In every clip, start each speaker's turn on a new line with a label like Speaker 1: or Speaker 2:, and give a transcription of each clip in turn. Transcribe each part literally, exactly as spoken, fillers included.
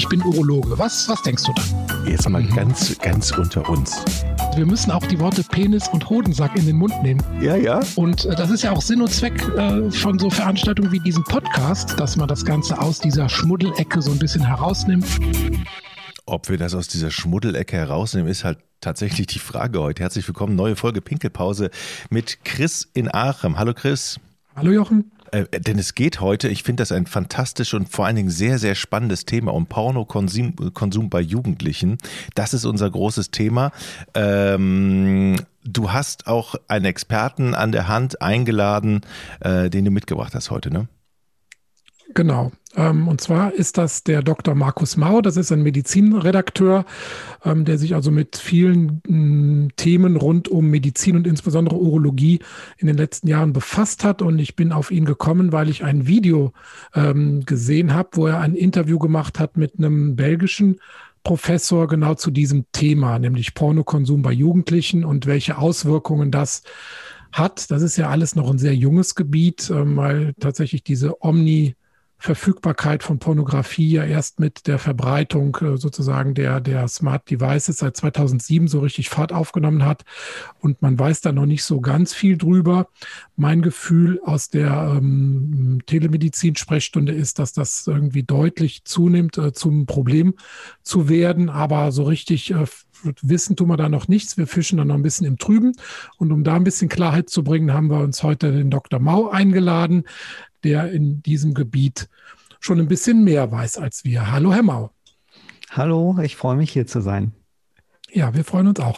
Speaker 1: ich bin Urologe. Was, was denkst du dann?
Speaker 2: Jetzt mal ganz, ganz unter uns.
Speaker 1: Wir müssen auch die Worte Penis und Hodensack in den Mund nehmen.
Speaker 2: Ja, ja.
Speaker 1: Und äh, das ist ja auch Sinn und Zweck äh, von so Veranstaltungen wie diesem Podcast, dass man das Ganze aus dieser Schmuddelecke so ein bisschen herausnimmt.
Speaker 2: Ob wir das aus dieser Schmuddelecke herausnehmen, ist halt tatsächlich die Frage heute. Herzlich willkommen, neue Folge Pinkelpause mit Chris in Aachen. Hallo Chris.
Speaker 1: Hallo Jochen.
Speaker 2: Äh, denn es geht heute, ich finde das ein fantastisch und vor allen Dingen sehr, sehr spannendes Thema um Pornokonsum Konsum bei Jugendlichen. Das ist unser großes Thema. Ähm, du hast auch einen Experten an der Hand eingeladen, äh, den du mitgebracht hast heute, ne?
Speaker 1: Genau. Ähm, und zwar ist das der Doktor Markus Mau. Das ist ein Medizinredakteur, ähm, der sich also mit vielen mh, Themen rund um Medizin und insbesondere Urologie in den letzten Jahren befasst hat. Und ich bin auf ihn gekommen, weil ich ein Video ähm, gesehen habe, wo er ein Interview gemacht hat mit einem belgischen Professor genau zu diesem Thema, nämlich Pornokonsum bei Jugendlichen und welche Auswirkungen das hat. Das ist ja alles noch ein sehr junges Gebiet, ähm, weil tatsächlich diese Omni Verfügbarkeit von Pornografie ja erst mit der Verbreitung äh, sozusagen der, der Smart Devices seit zweitausendsieben so richtig Fahrt aufgenommen hat. Und man weiß da noch nicht so ganz viel drüber. Mein Gefühl aus der ähm, Telemedizin-Sprechstunde ist, dass das irgendwie deutlich zunimmt, äh, zum Problem zu werden. Aber so richtig äh, wissen tun wir da noch nichts. Wir fischen da noch ein bisschen im Trüben. Und um da ein bisschen Klarheit zu bringen, haben wir uns heute den Doktor Mau eingeladen, der in diesem Gebiet schon ein bisschen mehr weiß als wir. Hallo, Herr Mau.
Speaker 3: Hallo, ich freue mich, hier zu sein.
Speaker 1: Ja, wir freuen uns auch.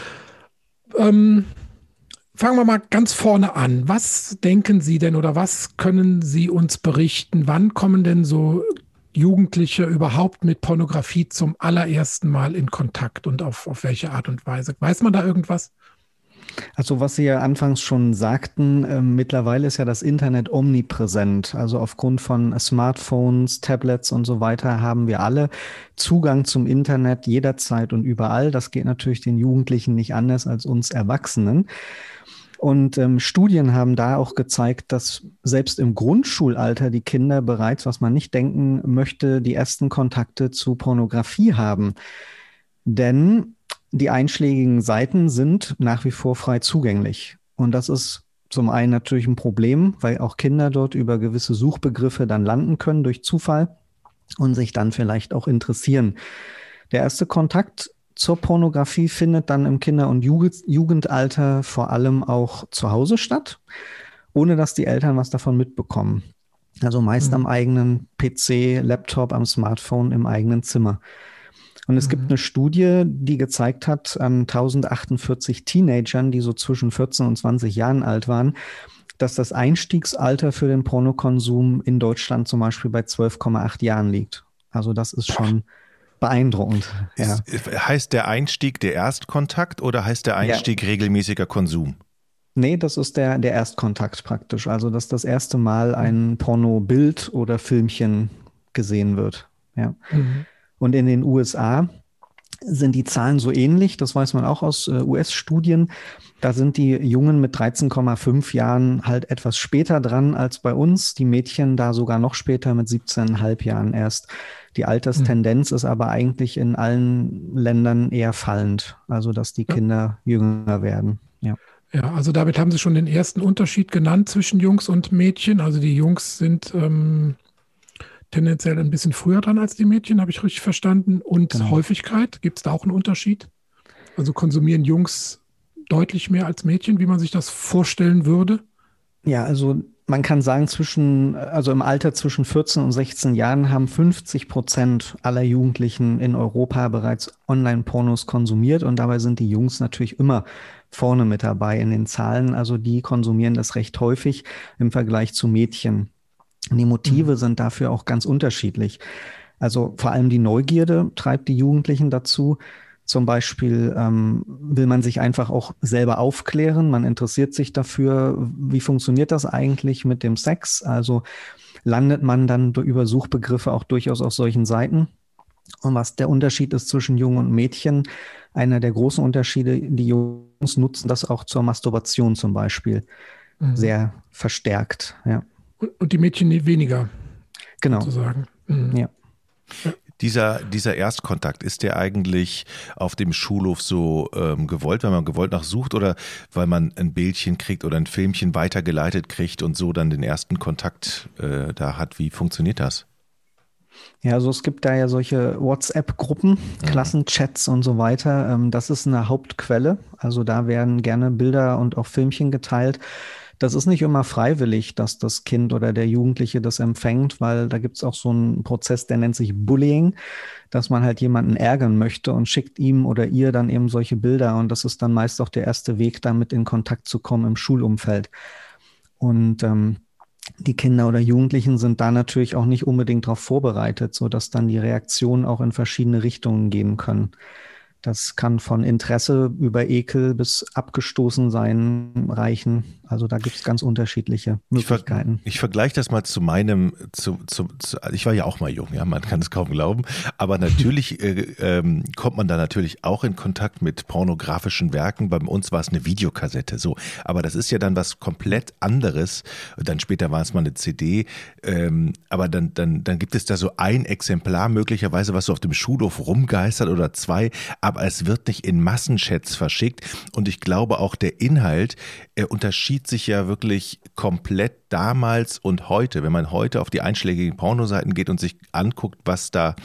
Speaker 1: Ähm, fangen wir mal ganz vorne an. Was denken Sie denn oder was können Sie uns berichten? Wann kommen denn so Jugendliche überhaupt mit Pornografie zum allerersten Mal in Kontakt und auf, auf welche Art und Weise? Weiß man da irgendwas?
Speaker 3: Also was Sie ja anfangs schon sagten, äh, mittlerweile ist ja das Internet omnipräsent. Also aufgrund von Smartphones, Tablets und so weiter haben wir alle Zugang zum Internet jederzeit und überall. Das geht natürlich den Jugendlichen nicht anders als uns Erwachsenen. Und ähm, Studien haben da auch gezeigt, dass selbst im Grundschulalter die Kinder bereits, was man nicht denken möchte, die ersten Kontakte zu Pornografie haben. Denn die einschlägigen Seiten sind nach wie vor frei zugänglich. Und das ist zum einen natürlich ein Problem, weil auch Kinder dort über gewisse Suchbegriffe dann landen können durch Zufall und sich dann vielleicht auch interessieren. Der erste Kontakt zur Pornografie findet dann im Kinder- und Jugend- Jugendalter vor allem auch zu Hause statt, ohne dass die Eltern was davon mitbekommen. Also meist mhm. am eigenen P C, Laptop, am Smartphone, im eigenen Zimmer. Und es mhm. gibt eine Studie, die gezeigt hat an tausendachundvierzig Teenagern, die so zwischen vierzehn und zwanzig Jahren alt waren, dass das Einstiegsalter für den Pornokonsum in Deutschland zum Beispiel bei zwölf Komma acht Jahren liegt. Also das ist schon beeindruckend. Ja.
Speaker 2: Ist, heißt der Einstieg der Erstkontakt oder heißt der Einstieg ja. regelmäßiger Konsum?
Speaker 3: Nee, das ist der, der Erstkontakt praktisch. Also dass das erste Mal ein Pornobild oder Filmchen gesehen wird. Ja. Mhm. Und in den U S A sind die Zahlen so ähnlich, das weiß man auch aus äh, U S-Studien. Da sind die Jungen mit dreizehn Komma fünf Jahren halt etwas später dran als bei uns, die Mädchen da sogar noch später mit siebzehn Komma fünf Jahren erst. Die Alterstendenz mhm. ist aber eigentlich in allen Ländern eher fallend, also dass die Kinder ja. jünger werden. Ja.
Speaker 1: Ja, also damit haben Sie schon den ersten Unterschied genannt zwischen Jungs und Mädchen. Also die Jungs sind ähm tendenziell ein bisschen früher dran als die Mädchen, habe ich richtig verstanden. Und genau. Häufigkeit, gibt es da auch einen Unterschied? Also konsumieren Jungs deutlich mehr als Mädchen, wie man sich das vorstellen würde?
Speaker 3: Ja, also man kann sagen, zwischen, also im Alter zwischen vierzehn und sechzehn Jahren haben fünfzig Prozent aller Jugendlichen in Europa bereits Online-Pornos konsumiert und dabei sind die Jungs natürlich immer vorne mit dabei in den Zahlen. Also die konsumieren das recht häufig im Vergleich zu Mädchen. Die Motive sind dafür auch ganz unterschiedlich. Also vor allem die Neugierde treibt die Jugendlichen dazu. Zum Beispiel ähm, will man sich einfach auch selber aufklären. Man interessiert sich dafür, wie funktioniert das eigentlich mit dem Sex? Also landet man dann über Suchbegriffe auch durchaus auf solchen Seiten. Und was der Unterschied ist zwischen Jungen und Mädchen, einer der großen Unterschiede, die Jungs nutzen das auch zur Masturbation zum Beispiel, mhm. sehr verstärkt, ja.
Speaker 1: Und die Mädchen weniger,
Speaker 3: genau.
Speaker 1: sozusagen. Mhm.
Speaker 3: Ja.
Speaker 2: Dieser, dieser Erstkontakt, ist der eigentlich auf dem Schulhof so ähm, gewollt, weil man gewollt nachsucht oder weil man ein Bildchen kriegt oder ein Filmchen weitergeleitet kriegt und so dann den ersten Kontakt äh, da hat? Wie funktioniert das?
Speaker 3: Ja, also es gibt da ja solche WhatsApp-Gruppen, Klassenchats und so weiter. Ähm, Das ist eine Hauptquelle. Also da werden gerne Bilder und auch Filmchen geteilt. Das ist nicht immer freiwillig, dass das Kind oder der Jugendliche das empfängt, weil da gibt es auch so einen Prozess, der nennt sich Bullying, dass man halt jemanden ärgern möchte und schickt ihm oder ihr dann eben solche Bilder. Und das ist dann meist auch der erste Weg, damit in Kontakt zu kommen im Schulumfeld. Und ähm, die Kinder oder Jugendlichen sind da natürlich auch nicht unbedingt darauf vorbereitet, sodass dann die Reaktionen auch in verschiedene Richtungen gehen können. Das kann von Interesse über Ekel bis abgestoßen sein reichen. Also da gibt es ganz unterschiedliche
Speaker 2: Ich, ver
Speaker 3: Möglichkeiten.
Speaker 2: ich vergleiche das mal zu meinem, zu, zu, zu, ich war ja auch mal jung, ja, man kann es kaum glauben, aber natürlich äh, ähm, kommt man da natürlich auch in Kontakt mit pornografischen Werken. Bei uns war es eine Videokassette, so, aber das ist ja dann was komplett anderes. Dann später war es mal eine C D, ähm, aber dann, dann, dann gibt es da so ein Exemplar möglicherweise, was so auf dem Schulhof rumgeistert oder zwei, aber es wird nicht in Massenchats verschickt und ich glaube auch der Inhalt äh, unterschied sich ja wirklich komplett damals und heute. Wenn man heute auf die einschlägigen Pornoseiten geht und sich anguckt, was da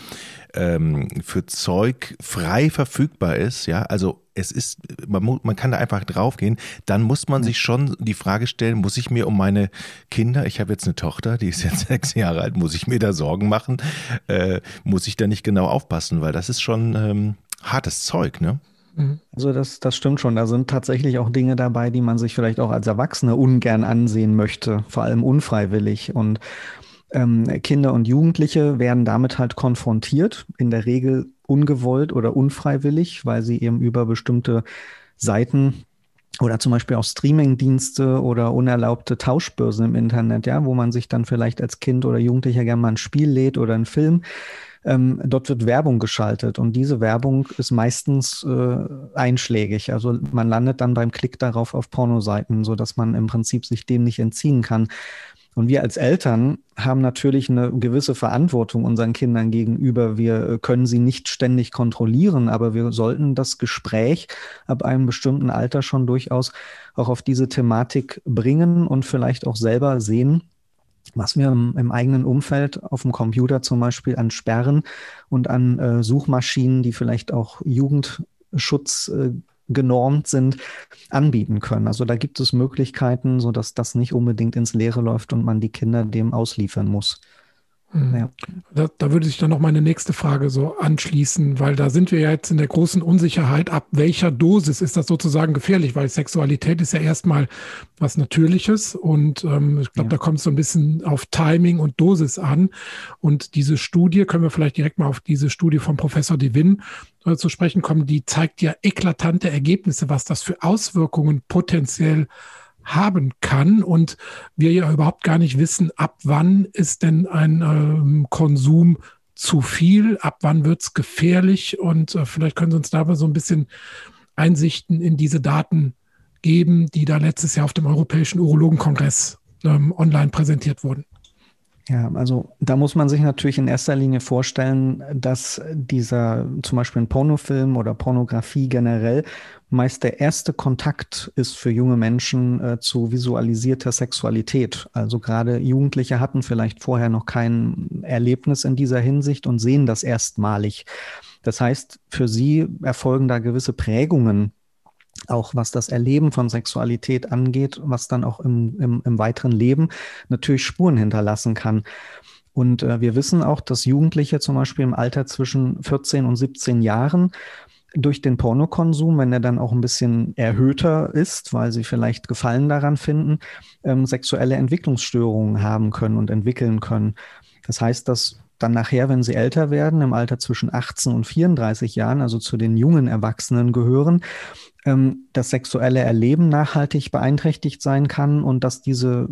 Speaker 2: ähm, für Zeug frei verfügbar ist, ja, also es ist, man, mu- man kann da einfach draufgehen, dann muss man sich schon die Frage stellen, muss ich mir um meine Kinder, ich habe jetzt eine Tochter, die ist jetzt sechs Jahre alt, muss ich mir da Sorgen machen? Äh, muss ich da nicht genau aufpassen, weil das ist schon ähm, hartes Zeug, ne?
Speaker 3: Also das, das stimmt schon. Da sind tatsächlich auch Dinge dabei, die man sich vielleicht auch als Erwachsene ungern ansehen möchte, vor allem unfreiwillig. Und ähm, Kinder und Jugendliche werden damit halt konfrontiert, in der Regel ungewollt oder unfreiwillig, weil sie eben über bestimmte Seiten oder zum Beispiel auch Streamingdienste oder unerlaubte Tauschbörsen im Internet, ja, wo man sich dann vielleicht als Kind oder Jugendlicher gerne mal ein Spiel lädt oder einen Film. Ähm, dort wird Werbung geschaltet und diese Werbung ist meistens äh, einschlägig. Also man landet dann beim Klick darauf auf Pornoseiten, sodass man im Prinzip sich dem nicht entziehen kann. Und wir als Eltern haben natürlich eine gewisse Verantwortung unseren Kindern gegenüber. Wir äh, können sie nicht ständig kontrollieren, aber wir sollten das Gespräch ab einem bestimmten Alter schon durchaus auch auf diese Thematik bringen und vielleicht auch selber sehen, was wir im, im eigenen Umfeld auf dem Computer zum Beispiel an Sperren und an äh, Suchmaschinen, die vielleicht auch Jugendschutz äh, genormt sind, anbieten können. Also da gibt es Möglichkeiten, sodass das nicht unbedingt ins Leere läuft und man die Kinder dem ausliefern muss. Ja.
Speaker 1: Da, da würde sich dann noch meine nächste Frage so anschließen, weil da sind wir ja jetzt in der großen Unsicherheit, ab welcher Dosis ist das sozusagen gefährlich, weil Sexualität ist ja erstmal was Natürliches und ähm, ich glaube,
Speaker 3: Ja.
Speaker 1: da kommt es so ein bisschen auf Timing und Dosis an und diese Studie, können wir vielleicht direkt mal auf diese Studie von Professor Devin äh, zu sprechen kommen, die zeigt ja eklatante Ergebnisse, was das für Auswirkungen potenziell haben kann und wir ja überhaupt gar nicht wissen, ab wann ist denn ein ähm, Konsum zu viel, ab wann wird es gefährlich und äh, vielleicht können Sie uns dabei so ein bisschen Einsichten in diese Daten geben, die da letztes Jahr auf dem Europäischen Urologenkongress ähm, online präsentiert wurden.
Speaker 3: Ja, also da muss man sich natürlich in erster Linie vorstellen, dass dieser zum Beispiel ein Pornofilm oder Pornografie generell meist der erste Kontakt ist für junge Menschen äh, zu visualisierter Sexualität. Also gerade Jugendliche hatten vielleicht vorher noch kein Erlebnis in dieser Hinsicht und sehen das erstmalig. Das heißt, für sie erfolgen da gewisse Prägungen, auch was das Erleben von Sexualität angeht, was dann auch im, im, im weiteren Leben natürlich Spuren hinterlassen kann. Und äh, wir wissen auch, dass Jugendliche zum Beispiel im Alter zwischen vierzehn und siebzehn Jahren durch den Pornokonsum, wenn er dann auch ein bisschen erhöhter ist, weil sie vielleicht Gefallen daran finden, ähm, sexuelle Entwicklungsstörungen haben können und entwickeln können. Das heißt, dass dann nachher, wenn sie älter werden, im Alter zwischen achtzehn und vierunddreißig Jahren, also zu den jungen Erwachsenen gehören, ähm, das sexuelle Erleben nachhaltig beeinträchtigt sein kann und dass diese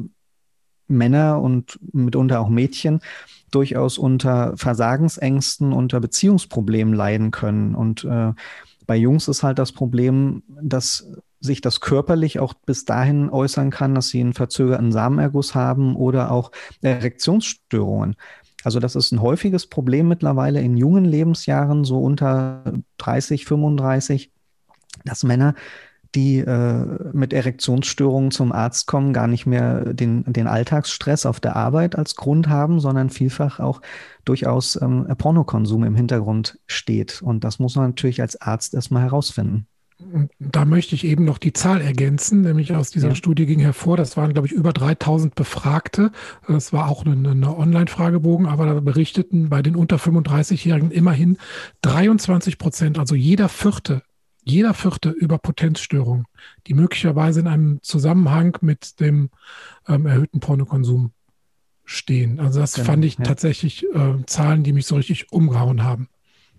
Speaker 3: Männer und mitunter auch Mädchen durchaus unter Versagensängsten, unter Beziehungsproblemen leiden können. Und äh, bei Jungs ist halt das Problem, dass sich das körperlich auch bis dahin äußern kann, dass sie einen verzögerten Samenerguss haben oder auch Erektionsstörungen. Also das ist ein häufiges Problem mittlerweile in jungen Lebensjahren, so unter dreißig, fünfunddreißig, dass Männer, die äh, mit Erektionsstörungen zum Arzt kommen, gar nicht mehr den, den Alltagsstress auf der Arbeit als Grund haben, sondern vielfach auch durchaus ähm, Pornokonsum im Hintergrund steht. Und das muss man natürlich als Arzt erstmal herausfinden.
Speaker 1: Und da möchte ich eben noch die Zahl ergänzen, nämlich aus dieser
Speaker 3: Ja.
Speaker 1: Studie ging hervor, das waren, glaube ich, über dreitausend Befragte. Das war auch eine, eine Online-Fragebogen, aber da berichteten bei den unter fünfunddreißig-Jährigen immerhin dreiundzwanzig Prozent, also jeder Vierte, jeder Vierte über Potenzstörungen, die möglicherweise in einem Zusammenhang mit dem ähm, erhöhten Pornokonsum stehen. Also das
Speaker 3: Genau,
Speaker 1: fand ich
Speaker 3: ja.
Speaker 1: tatsächlich äh, Zahlen, die mich so richtig umgehauen haben.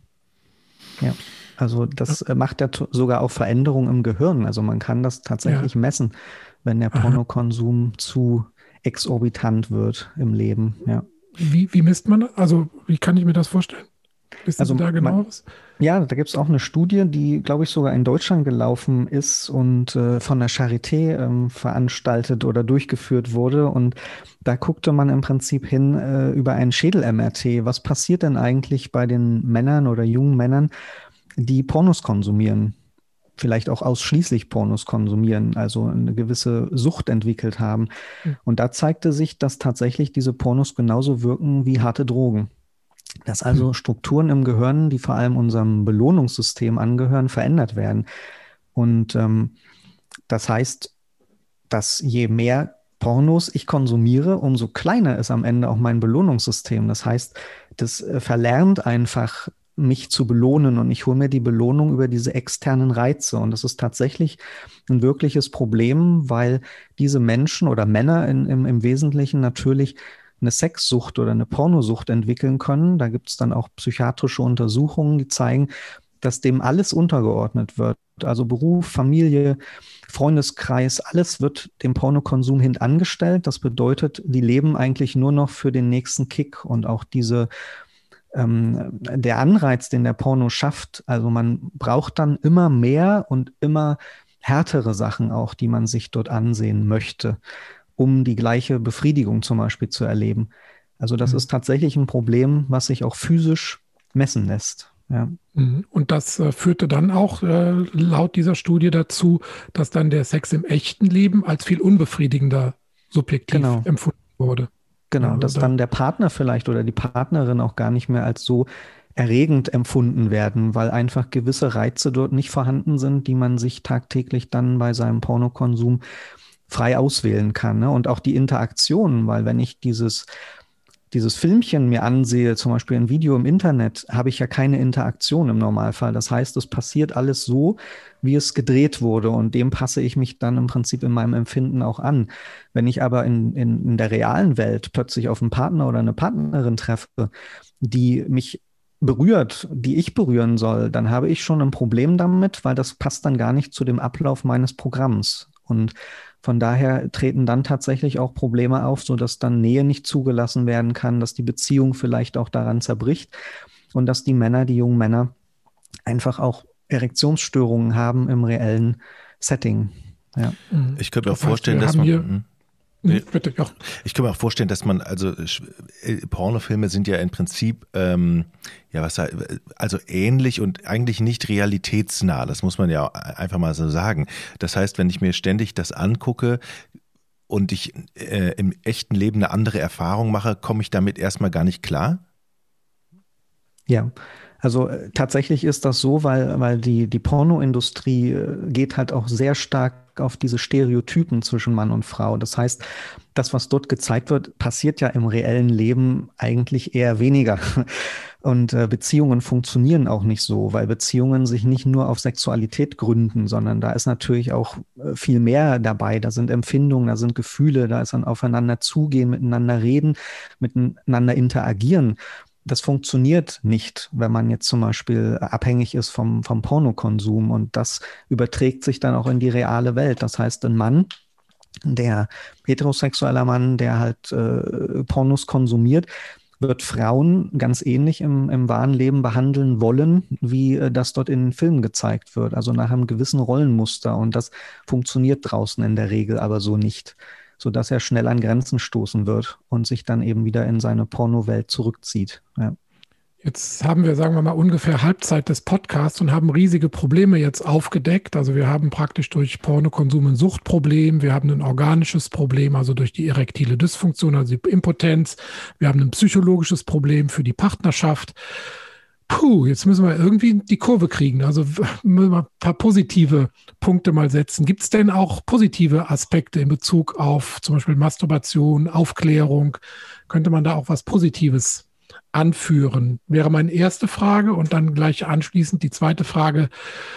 Speaker 3: Ja, also das äh, macht ja t- sogar auch Veränderungen im Gehirn. Also man kann das tatsächlich messen, wenn der
Speaker 1: Aha.
Speaker 3: Pornokonsum zu exorbitant wird im Leben. Ja.
Speaker 1: Wie, wie misst man das? Also wie kann ich mir das vorstellen? Wissen
Speaker 3: Also
Speaker 1: Sie da genau
Speaker 3: man-
Speaker 1: was?
Speaker 3: Ja, da gibt es auch eine Studie, die, glaube ich, sogar in Deutschland gelaufen ist und äh, von der Charité ähm, veranstaltet oder durchgeführt wurde. Und da guckte man im Prinzip hin äh, über ein Schädel-M R T. Was passiert denn eigentlich bei den Männern oder jungen Männern, die Pornos konsumieren? Vielleicht auch ausschließlich Pornos konsumieren, also eine gewisse Sucht entwickelt haben.
Speaker 1: Hm.
Speaker 3: Und da zeigte sich, dass tatsächlich diese Pornos genauso wirken wie harte Drogen. Dass also Strukturen im Gehirn, die vor allem unserem Belohnungssystem angehören, verändert werden. Und ähm, das heißt, dass je mehr Pornos ich konsumiere, umso kleiner ist am Ende auch mein Belohnungssystem. Das heißt, das äh, verlernt einfach, mich zu belohnen und ich hole mir die Belohnung über diese externen Reize. Und das ist tatsächlich ein wirkliches Problem, weil diese Menschen oder Männer in, im, im Wesentlichen natürlich eine Sexsucht oder eine Pornosucht entwickeln können. Da gibt es dann auch psychiatrische Untersuchungen, die zeigen, dass dem alles untergeordnet wird. Also Beruf, Familie, Freundeskreis, alles wird dem Pornokonsum hintangestellt. Das bedeutet, die leben eigentlich nur noch für den nächsten Kick und auch diese ähm, der Anreiz, den der Porno schafft. Also man braucht dann immer mehr und immer härtere Sachen auch, die man sich dort ansehen möchte, um die gleiche Befriedigung zum Beispiel zu erleben. Also das
Speaker 1: Mhm.
Speaker 3: ist tatsächlich ein Problem, was sich auch physisch messen lässt. Ja.
Speaker 1: Mhm. Und das äh, führte dann auch äh, laut dieser Studie dazu, dass dann der Sex im echten Leben als viel unbefriedigender subjektiv
Speaker 3: Genau.
Speaker 1: empfunden wurde.
Speaker 3: Genau,
Speaker 1: Also
Speaker 3: dass
Speaker 1: da-
Speaker 3: dann der Partner vielleicht oder die Partnerin auch gar nicht mehr als so erregend empfunden werden, weil einfach gewisse Reize dort nicht vorhanden sind, die man sich tagtäglich dann bei seinem Pornokonsum frei auswählen kann. Ne? Und auch die Interaktion, weil wenn ich dieses, dieses Filmchen mir ansehe, zum Beispiel ein Video im Internet, habe ich ja keine Interaktion im Normalfall. Das heißt, es passiert alles so, wie es gedreht wurde und dem passe ich mich dann im Prinzip in meinem Empfinden auch an. Wenn ich aber in, in, in der realen Welt plötzlich auf einen Partner oder eine Partnerin treffe, die mich berührt, die ich berühren soll, dann habe ich schon ein Problem damit, weil das passt dann gar nicht zu dem Ablauf meines Programms. Und von daher treten dann tatsächlich auch Probleme auf, sodass dann Nähe nicht zugelassen werden kann, dass die Beziehung vielleicht auch daran zerbricht und dass die Männer, die jungen Männer, einfach auch Erektionsstörungen haben im reellen Setting. Ja.
Speaker 1: Mhm.
Speaker 2: Ich könnte mir auch
Speaker 1: Das heißt,
Speaker 2: vorstellen,
Speaker 1: wir
Speaker 2: dass
Speaker 1: haben
Speaker 2: man.
Speaker 1: hier-
Speaker 2: hm.
Speaker 1: Mhm, bitte, ja.
Speaker 2: Ich kann mir auch vorstellen, dass man, also äh, Pornofilme sind ja im Prinzip, ähm, ja, was, also ähnlich und eigentlich nicht realitätsnah. Das muss man ja einfach mal so sagen. Das heißt, wenn ich mir ständig das angucke und ich äh, im echten Leben eine andere Erfahrung mache, komme ich damit erstmal gar nicht klar?
Speaker 3: Ja, also äh, tatsächlich ist das so, weil, weil die, die Pornoindustrie äh, geht halt auch sehr stark auf diese Stereotypen zwischen Mann und Frau. Das heißt, das, was dort gezeigt wird, passiert ja im reellen Leben eigentlich eher weniger. Und äh, Beziehungen funktionieren auch nicht so, weil Beziehungen sich nicht nur auf Sexualität gründen, sondern da ist natürlich auch äh, viel mehr dabei. Da sind Empfindungen, da sind Gefühle, da ist ein Aufeinander zugehen, miteinander reden, miteinander interagieren. Das funktioniert nicht, wenn man jetzt zum Beispiel abhängig ist vom, vom Pornokonsum und das überträgt sich dann auch in die reale Welt. Das heißt, ein Mann, der heterosexueller Mann, der halt äh, Pornos konsumiert, wird Frauen ganz ähnlich im, im wahren Leben behandeln wollen, wie äh, das dort in den Filmen gezeigt wird. Also nach einem gewissen Rollenmuster und das funktioniert draußen in der Regel aber so nicht. sodass er schnell an Grenzen stoßen wird und sich dann eben wieder in seine Pornowelt zurückzieht. Ja.
Speaker 1: Jetzt haben wir, sagen wir mal, ungefähr Halbzeit des Podcasts und haben riesige Probleme jetzt aufgedeckt. Also wir haben praktisch durch Pornokonsum ein Suchtproblem, wir haben ein organisches Problem, also durch die erektile Dysfunktion, also die Impotenz, wir haben ein psychologisches Problem für die Partnerschaft. Puh, jetzt müssen wir irgendwie die Kurve kriegen. Also müssen wir ein paar positive Punkte mal setzen. Gibt es denn auch positive Aspekte in Bezug auf zum Beispiel Masturbation, Aufklärung? Könnte man da auch was Positives anführen? Wäre meine erste Frage und dann gleich anschließend die zweite Frage.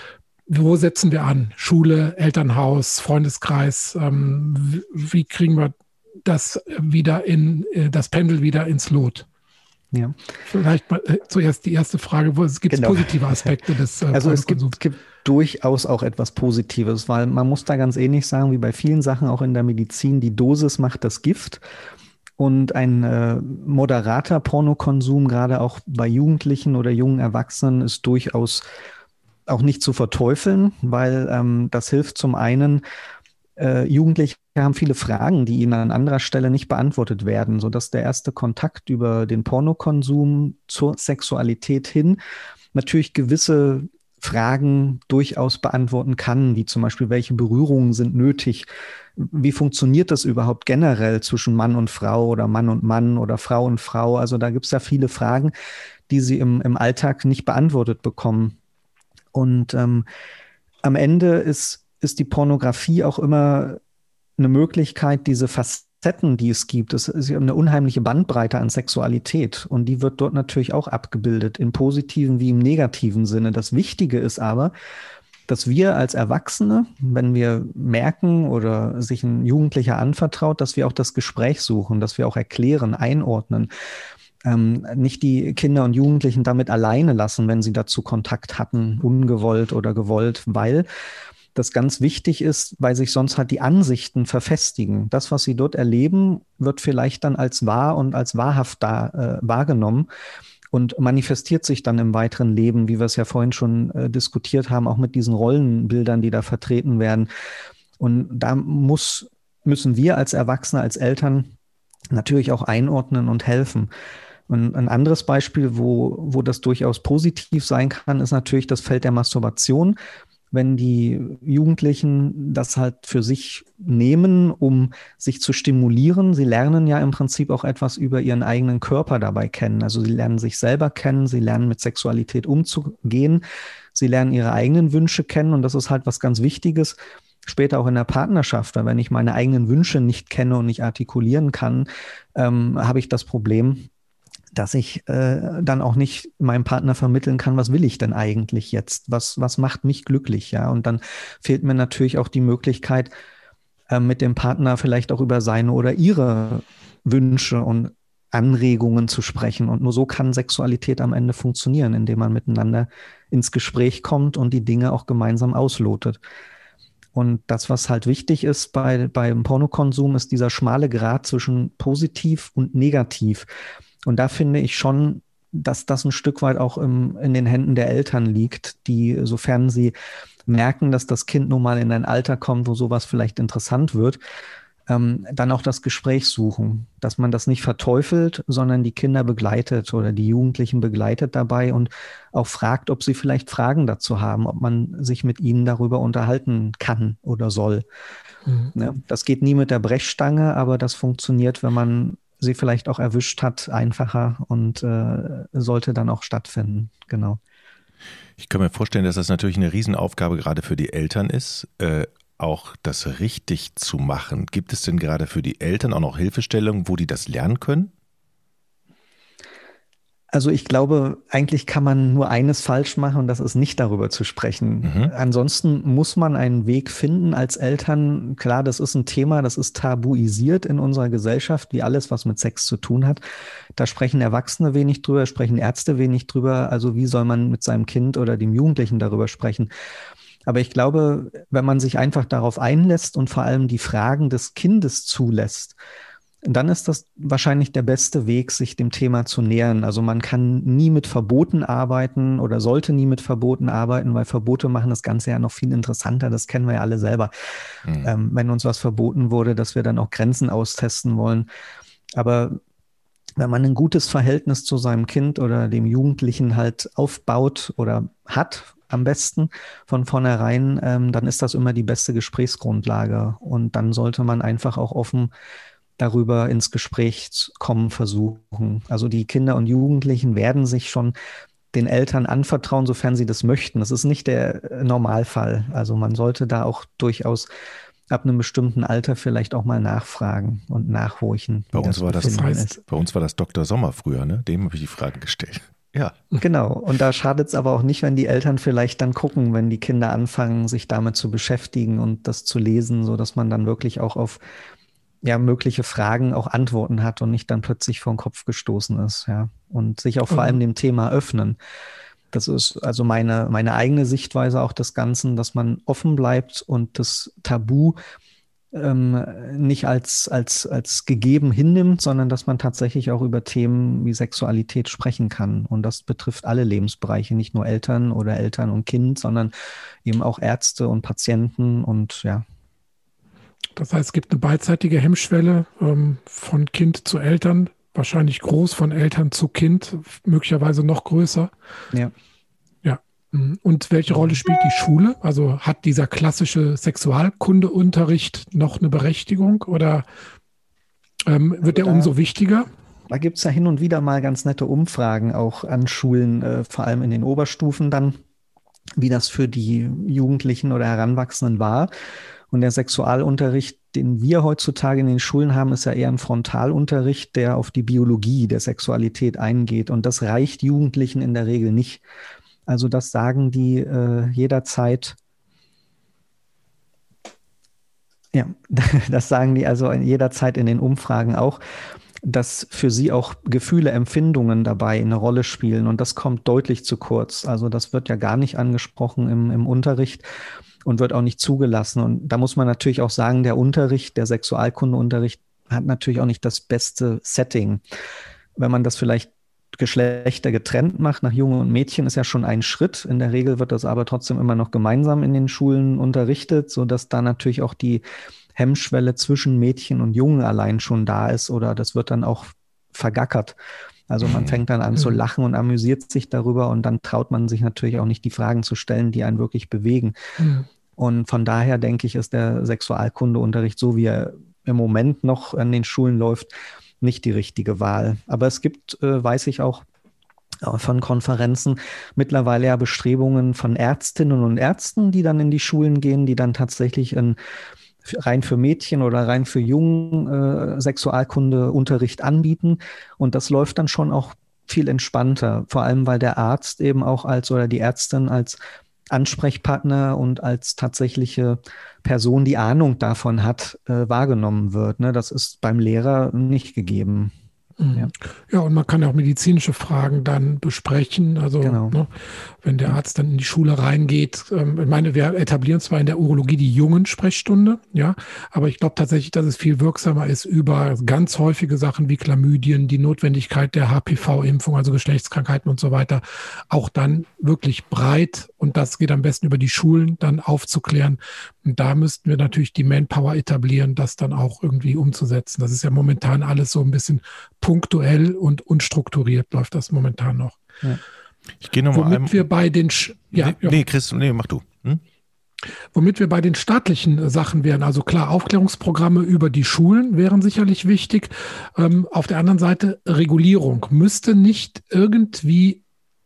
Speaker 1: Wo setzen wir an? Schule, Elternhaus, Freundeskreis. Ähm, wie kriegen wir das wieder in, das Pendel wieder ins Lot?
Speaker 3: Ja.
Speaker 1: Vielleicht mal äh, zuerst die erste Frage, wo es gibt genau. positive Aspekte des äh,
Speaker 3: Also es gibt, es gibt durchaus auch etwas Positives, weil man muss da ganz ähnlich sagen, wie bei vielen Sachen auch in der Medizin, die Dosis macht das Gift. Und ein äh, moderater Pornokonsum, gerade auch bei Jugendlichen oder jungen Erwachsenen, ist durchaus auch nicht zu verteufeln, weil ähm, das hilft zum einen, äh, Jugendliche haben viele Fragen, die ihnen an anderer Stelle nicht beantwortet werden, sodass der erste Kontakt über den Pornokonsum zur Sexualität hin natürlich gewisse Fragen durchaus beantworten kann, wie zum Beispiel, welche Berührungen sind nötig? Wie funktioniert das überhaupt generell zwischen Mann und Frau oder Mann und Mann oder Frau und Frau? Also da gibt es ja viele Fragen, die sie im, im Alltag nicht beantwortet bekommen. Und ähm, am Ende ist, ist die Pornografie auch immer eine Möglichkeit, diese Facetten, die es gibt. Es ist eine unheimliche Bandbreite an Sexualität und die wird dort natürlich auch abgebildet, im positiven wie im negativen Sinne. Das Wichtige ist aber, dass wir als Erwachsene, wenn wir merken oder sich ein Jugendlicher anvertraut, dass wir auch das Gespräch suchen, dass wir auch erklären, einordnen, ähm, nicht die Kinder und Jugendlichen damit alleine lassen, wenn sie dazu Kontakt hatten, ungewollt oder gewollt, weil das ganz wichtig ist, weil sich sonst halt die Ansichten verfestigen. Das, was sie dort erleben, wird vielleicht dann als wahr und als wahrhaft da, äh, wahrgenommen und manifestiert sich dann im weiteren Leben, wie wir es ja vorhin schon äh, diskutiert haben, auch mit diesen Rollenbildern, die da vertreten werden. Und da muss, müssen wir als Erwachsene, als Eltern natürlich auch einordnen und helfen. Und ein anderes Beispiel, wo, wo das durchaus positiv sein kann, ist natürlich das Feld der Masturbation. Wenn die Jugendlichen das halt für sich nehmen, um sich zu stimulieren. Sie lernen ja im Prinzip auch etwas über ihren eigenen Körper dabei kennen. Also sie lernen sich selber kennen, sie lernen mit Sexualität umzugehen, sie lernen ihre eigenen Wünsche kennen und das ist halt was ganz Wichtiges, später auch in der Partnerschaft. Weil wenn ich meine eigenen Wünsche nicht kenne und nicht artikulieren kann, ähm, habe ich das Problem, dass ich äh, dann auch nicht meinem Partner vermitteln kann, was will ich denn eigentlich jetzt? Was, was macht mich glücklich? Ja, und dann fehlt mir natürlich auch die Möglichkeit, äh, mit dem Partner vielleicht auch über seine oder ihre Wünsche und Anregungen zu sprechen. Und nur so kann Sexualität am Ende funktionieren, indem man miteinander ins Gespräch kommt und die Dinge auch gemeinsam auslotet. Und das, was halt wichtig ist bei, beim Pornokonsum, ist dieser schmale Grat zwischen positiv und negativ. Und da finde ich schon, dass das ein Stück weit auch im, in den Händen der Eltern liegt, die, sofern sie merken, dass das Kind nun mal in ein Alter kommt, wo sowas vielleicht interessant wird, ähm, dann auch das Gespräch suchen, dass man das nicht verteufelt, sondern die Kinder begleitet oder die Jugendlichen begleitet dabei und auch fragt, ob sie vielleicht Fragen dazu haben, ob man sich mit ihnen darüber unterhalten kann oder soll. Mhm. Ja, das geht nie mit der Brechstange, aber das funktioniert, wenn man sie vielleicht auch erwischt hat, einfacher und äh, sollte dann auch stattfinden. Genau.
Speaker 2: Ich kann mir vorstellen, dass das natürlich eine Riesenaufgabe gerade für die Eltern ist, äh, auch das richtig zu machen. Gibt es denn gerade für die Eltern auch noch Hilfestellungen, wo die das lernen können?
Speaker 3: Also ich glaube, eigentlich kann man nur eines falsch machen und das ist nicht darüber zu sprechen. Mhm. Ansonsten muss man einen Weg finden als Eltern. Klar, das ist ein Thema, das ist tabuisiert in unserer Gesellschaft, wie alles, was mit Sex zu tun hat. Da sprechen Erwachsene wenig drüber, sprechen Ärzte wenig drüber. Also wie soll man mit seinem Kind oder dem Jugendlichen darüber sprechen? Aber ich glaube, wenn man sich einfach darauf einlässt und vor allem die Fragen des Kindes zulässt dann ist das wahrscheinlich der beste Weg, sich dem Thema zu nähern. Also man kann nie mit Verboten arbeiten oder sollte nie mit Verboten arbeiten, weil Verbote machen das Ganze ja noch viel interessanter. Das kennen wir ja alle selber. Mhm. Ähm, wenn uns was verboten wurde, dass wir dann auch Grenzen austesten wollen. Aber wenn man ein gutes Verhältnis zu seinem Kind oder dem Jugendlichen halt aufbaut oder hat, am besten von vornherein, ähm, dann ist das immer die beste Gesprächsgrundlage. Und dann sollte man einfach auch offen darüber ins Gespräch kommen versuchen. Also die Kinder und Jugendlichen werden sich schon den Eltern anvertrauen, sofern sie das möchten. Das ist nicht der Normalfall. Also man sollte da auch durchaus ab einem bestimmten Alter vielleicht auch mal nachfragen und nachhorchen.
Speaker 2: Bei uns, war das, das heißt, bei uns war das Doktor Sommer früher, ne? Dem habe ich die Frage gestellt. Ja.
Speaker 3: Genau. Und da schadet es aber auch nicht, wenn die Eltern vielleicht dann gucken, wenn die Kinder anfangen, sich damit zu beschäftigen und das zu lesen, sodass man dann wirklich auch auf ja, mögliche Fragen auch Antworten hat und nicht dann plötzlich vor den Kopf gestoßen ist, ja. Und sich auch vor allem dem Thema öffnen. Das ist also meine, meine eigene Sichtweise auch des Ganzen, dass man offen bleibt und das Tabu ähm, nicht als, als, als gegeben hinnimmt, sondern dass man tatsächlich auch über Themen wie Sexualität sprechen kann. Und das betrifft alle Lebensbereiche, nicht nur Eltern oder Eltern und Kind, sondern eben auch Ärzte und Patienten und ja.
Speaker 1: Das heißt, es gibt eine beidseitige Hemmschwelle ähm, von Kind zu Eltern, wahrscheinlich groß, von Eltern zu Kind, möglicherweise noch größer.
Speaker 3: Ja.
Speaker 1: Ja. Und welche Rolle spielt die Schule? Also hat dieser klassische Sexualkundeunterricht noch eine Berechtigung oder ähm, wird der umso wichtiger?
Speaker 3: Da gibt es ja hin und wieder mal ganz nette Umfragen auch an Schulen, äh, vor allem in den Oberstufen dann, wie das für die Jugendlichen oder Heranwachsenden war. Und der Sexualunterricht, den wir heutzutage in den Schulen haben, ist ja eher ein Frontalunterricht, der auf die Biologie der Sexualität eingeht. Und das reicht Jugendlichen in der Regel nicht. Also das sagen die äh, jederzeit. Ja, das sagen die also jederzeit in den Umfragen auch, dass für sie auch Gefühle, Empfindungen dabei eine Rolle spielen. Und das kommt deutlich zu kurz. Also das wird ja gar nicht angesprochen im, im Unterricht und wird auch nicht zugelassen. Und da muss man natürlich auch sagen, der Unterricht, der Sexualkundeunterricht hat natürlich auch nicht das beste Setting. Wenn man das vielleicht Geschlechter getrennt macht, nach Junge und Mädchen, ist ja schon ein Schritt. In der Regel wird das aber trotzdem immer noch gemeinsam in den Schulen unterrichtet, sodass da natürlich auch die Hemmschwelle zwischen Mädchen und Jungen allein schon da ist oder das wird dann auch vergackert. Also man fängt dann an zu lachen und amüsiert sich darüber und dann traut man sich natürlich auch nicht, die Fragen zu stellen, die einen wirklich bewegen. Mhm. Und von daher denke ich, ist der Sexualkundeunterricht, so wie er im Moment noch an den Schulen läuft, nicht die richtige Wahl. Aber es gibt, äh, weiß ich auch, von Konferenzen mittlerweile ja Bestrebungen von Ärztinnen und Ärzten, die dann in die Schulen gehen, die dann tatsächlich ein rein für Mädchen oder rein für Jungen äh, Sexualkundeunterricht anbieten. Und das läuft dann schon auch viel entspannter, vor allem weil der Arzt eben auch als oder die Ärztin als Ansprechpartner und als tatsächliche Person, die Ahnung davon hat, äh, wahrgenommen wird. Ne? Das ist beim Lehrer nicht gegeben.
Speaker 1: Ja. ja, und man kann auch medizinische Fragen dann besprechen. Also genau. ne, wenn der Arzt dann in die Schule reingeht, ähm, ich meine, wir etablieren zwar in der Urologie die Jungen-Sprechstunde, ja, aber ich glaube tatsächlich, dass es viel wirksamer ist über ganz häufige Sachen wie Chlamydien, die Notwendigkeit der H P V-Impfung, also Geschlechtskrankheiten und so weiter, auch dann wirklich breit, und das geht am besten über die Schulen, dann aufzuklären. Und da müssten wir natürlich die Manpower etablieren, das dann auch irgendwie umzusetzen. Das ist ja momentan alles so ein bisschen punktuell und unstrukturiert, läuft das momentan noch. Ja.
Speaker 2: Ich gehe nochmal
Speaker 1: Womit wir bei den Sch- ja,
Speaker 2: nee,
Speaker 1: ja.
Speaker 2: nee, Chris, nee, mach du. Hm?
Speaker 1: Womit wir bei den staatlichen Sachen wären, also klar, Aufklärungsprogramme über die Schulen wären sicherlich wichtig. Ähm, auf der anderen Seite Regulierung. Müsste nicht irgendwie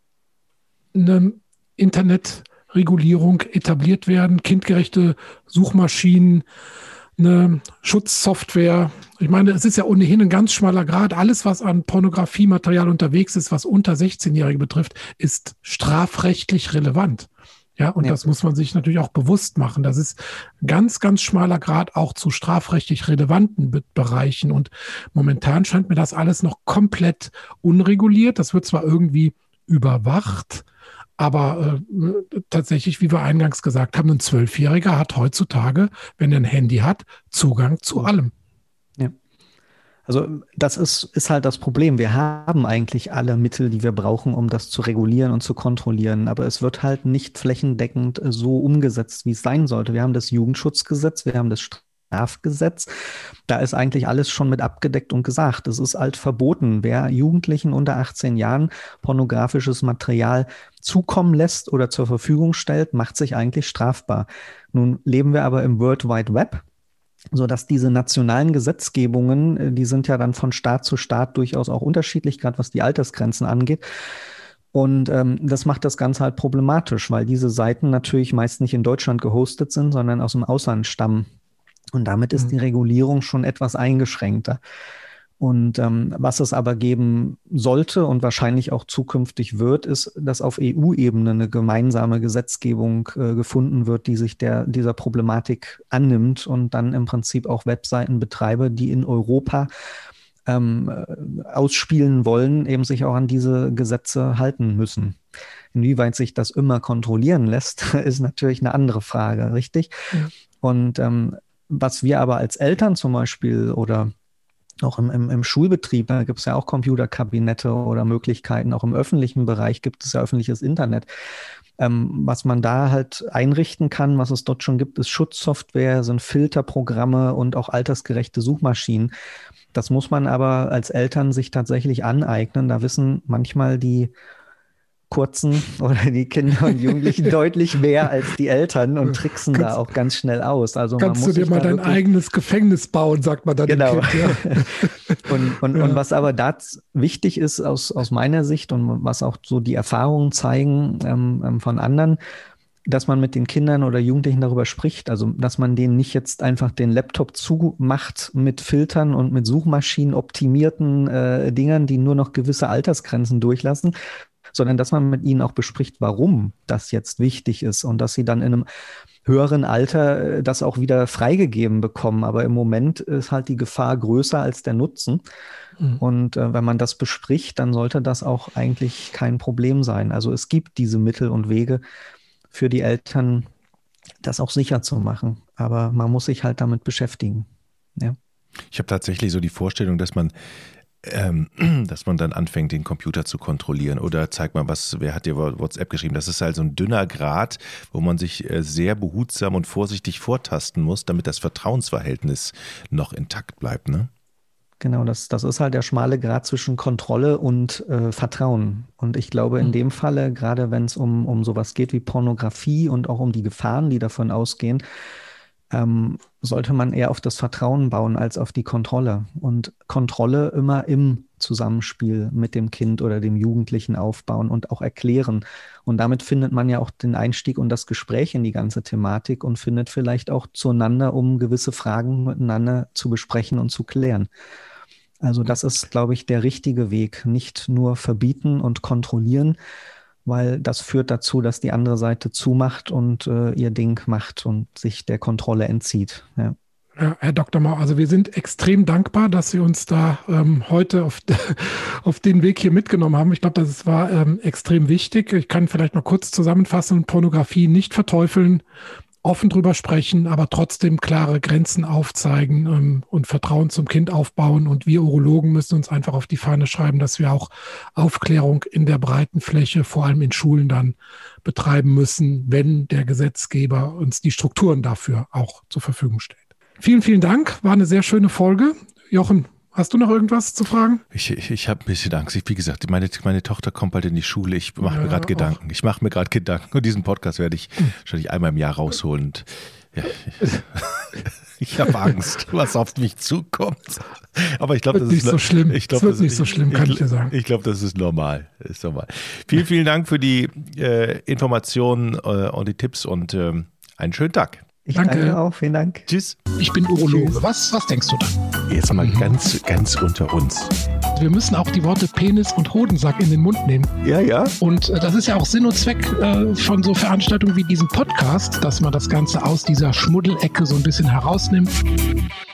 Speaker 1: eine Internetregulierung etabliert werden, kindgerechte Suchmaschinen, eine Schutzsoftware. Ich meine, es ist ja ohnehin ein ganz schmaler Grad. Alles, was an Pornografiematerial unterwegs ist, was unter sechzehnjährige betrifft, ist strafrechtlich relevant. Ja, und ja. das muss man sich natürlich auch bewusst machen. Das ist ein ganz, ganz schmaler Grad auch zu strafrechtlich relevanten Be- Bereichen. Und momentan scheint mir das alles noch komplett unreguliert. Das wird zwar irgendwie überwacht, aber äh, tatsächlich, wie wir eingangs gesagt haben, ein Zwölfjähriger hat heutzutage, wenn er ein Handy hat, Zugang zu allem.
Speaker 3: Ja. Also das ist, ist halt das Problem. Wir haben eigentlich alle Mittel, die wir brauchen, um das zu regulieren und zu kontrollieren. Aber es wird halt nicht flächendeckend so umgesetzt, wie es sein sollte. Wir haben das Jugendschutzgesetz, wir haben das Strafgesetz. Da ist eigentlich alles schon mit abgedeckt und gesagt. Es ist halt verboten. Wer Jugendlichen unter achtzehn Jahren pornografisches Material zukommen lässt oder zur Verfügung stellt, macht sich eigentlich strafbar. Nun leben wir aber im World Wide Web, so dass diese nationalen Gesetzgebungen, die sind ja dann von Staat zu Staat durchaus auch unterschiedlich, gerade was die Altersgrenzen angeht. Und ähm, das macht das Ganze halt problematisch, weil diese Seiten natürlich meist nicht in Deutschland gehostet sind, sondern aus dem Ausland stammen. Und damit ist die Regulierung schon etwas eingeschränkter. Und ähm, was es aber geben sollte und wahrscheinlich auch zukünftig wird, ist, dass auf E U-Ebene eine gemeinsame Gesetzgebung äh, gefunden wird, die sich der, dieser Problematik annimmt und dann im Prinzip auch Webseitenbetreiber, die in Europa ähm, ausspielen wollen, eben sich auch an diese Gesetze halten müssen. Inwieweit sich das immer kontrollieren lässt, ist natürlich eine andere Frage, richtig? Mhm. Und ähm, was wir aber als Eltern zum Beispiel oder auch im, im, im Schulbetrieb, da gibt es ja auch Computerkabinette oder Möglichkeiten, auch im öffentlichen Bereich gibt es ja öffentliches Internet. Ähm, was man da halt einrichten kann, was es dort schon gibt, ist Schutzsoftware, sind Filterprogramme und auch altersgerechte Suchmaschinen. Das muss man aber als Eltern sich tatsächlich aneignen. Da wissen manchmal die Kurzen oder die Kinder und Jugendlichen deutlich mehr als die Eltern und tricksen kannst, da auch ganz schnell aus. Also
Speaker 1: kannst
Speaker 3: man muss
Speaker 1: du dir mal dein
Speaker 3: wirklich,
Speaker 1: eigenes Gefängnis bauen, sagt man dann.
Speaker 3: Genau.
Speaker 1: Dem Kind,
Speaker 3: ja. und, und, ja. und was aber da wichtig ist aus, aus meiner Sicht und was auch so die Erfahrungen zeigen ähm, von anderen, dass man mit den Kindern oder Jugendlichen darüber spricht, also dass man denen nicht jetzt einfach den Laptop zumacht mit Filtern und mit Suchmaschinen optimierten äh, Dingern, die nur noch gewisse Altersgrenzen durchlassen, sondern dass man mit ihnen auch bespricht, warum das jetzt wichtig ist und dass sie dann in einem höheren Alter das auch wieder freigegeben bekommen. Aber im Moment ist halt die Gefahr größer als der Nutzen. Mhm. Und äh, wenn man das bespricht, dann sollte das auch eigentlich kein Problem sein. Also es gibt diese Mittel und Wege für die Eltern, das auch sicher zu machen. Aber man muss sich halt damit beschäftigen. Ja.
Speaker 2: Ich habe tatsächlich so die Vorstellung, dass man Ähm, dass man dann anfängt, den Computer zu kontrollieren oder zeig mal, was, wer hat dir WhatsApp geschrieben? Das ist halt so ein dünner Grat, wo man sich sehr behutsam und vorsichtig vortasten muss, damit das Vertrauensverhältnis noch intakt bleibt, ne?
Speaker 3: Genau, das, das ist halt der schmale Grat zwischen Kontrolle und äh, Vertrauen. Und ich glaube, in mhm. dem Falle, gerade wenn es um, um sowas geht wie Pornografie und auch um die Gefahren, die davon ausgehen, ähm, sollte man eher auf das Vertrauen bauen als auf die Kontrolle. Und Kontrolle immer im Zusammenspiel mit dem Kind oder dem Jugendlichen aufbauen und auch erklären. Und damit findet man ja auch den Einstieg und das Gespräch in die ganze Thematik und findet vielleicht auch zueinander, um gewisse Fragen miteinander zu besprechen und zu klären. Also das ist, glaube ich, der richtige Weg. Nicht nur verbieten und kontrollieren, weil das führt dazu, dass die andere Seite zumacht und äh, ihr Ding macht und sich der Kontrolle entzieht. Ja.
Speaker 1: Ja, Herr Doktor Mau, also wir sind extrem dankbar, dass Sie uns da ähm, heute auf, auf den Weg hier mitgenommen haben. Ich glaube, das war ähm, extrem wichtig. Ich kann vielleicht noch kurz zusammenfassen, Pornografie nicht verteufeln, offen drüber sprechen, aber trotzdem klare Grenzen aufzeigen ähm, und Vertrauen zum Kind aufbauen. Und wir Urologen müssen uns einfach auf die Fahne schreiben, dass wir auch Aufklärung in der breiten Fläche, vor allem in Schulen dann betreiben müssen, wenn der Gesetzgeber uns die Strukturen dafür auch zur Verfügung stellt. Vielen, vielen Dank. War eine sehr schöne Folge. Jochen, hast du noch irgendwas zu fragen?
Speaker 2: Ich, ich, ich habe ein bisschen Angst. Ich, wie gesagt, meine, meine Tochter kommt bald in die Schule. Ich mache ja, mir gerade Gedanken. Ich mache mir gerade Gedanken. Und diesen Podcast werde ich hm. wahrscheinlich einmal im Jahr rausholen. Und, ja, ich ich habe Angst, was auf mich zukommt. Aber ich glaube, das
Speaker 1: ist nicht so schlimm.
Speaker 2: Ich glaub,
Speaker 1: es wird
Speaker 2: das
Speaker 1: nicht
Speaker 2: ist,
Speaker 1: so schlimm, kann ich, ich dir sagen.
Speaker 2: Ich glaube, das ist normal. Ist normal. Vielen, vielen Dank für die äh, Informationen äh, und die Tipps und äh, einen schönen Tag.
Speaker 3: Ich danke. danke auch, vielen Dank.
Speaker 2: Tschüss.
Speaker 1: Ich bin Urologe. Was, was denkst du da?
Speaker 2: Jetzt mal ganz, ganz unter uns.
Speaker 1: Wir müssen auch die Worte Penis und Hodensack in den Mund nehmen.
Speaker 2: Ja, ja.
Speaker 1: Und äh, das ist ja auch Sinn und Zweck äh, von so Veranstaltungen wie diesem Podcast, dass man das Ganze aus dieser Schmuddelecke so ein bisschen herausnimmt.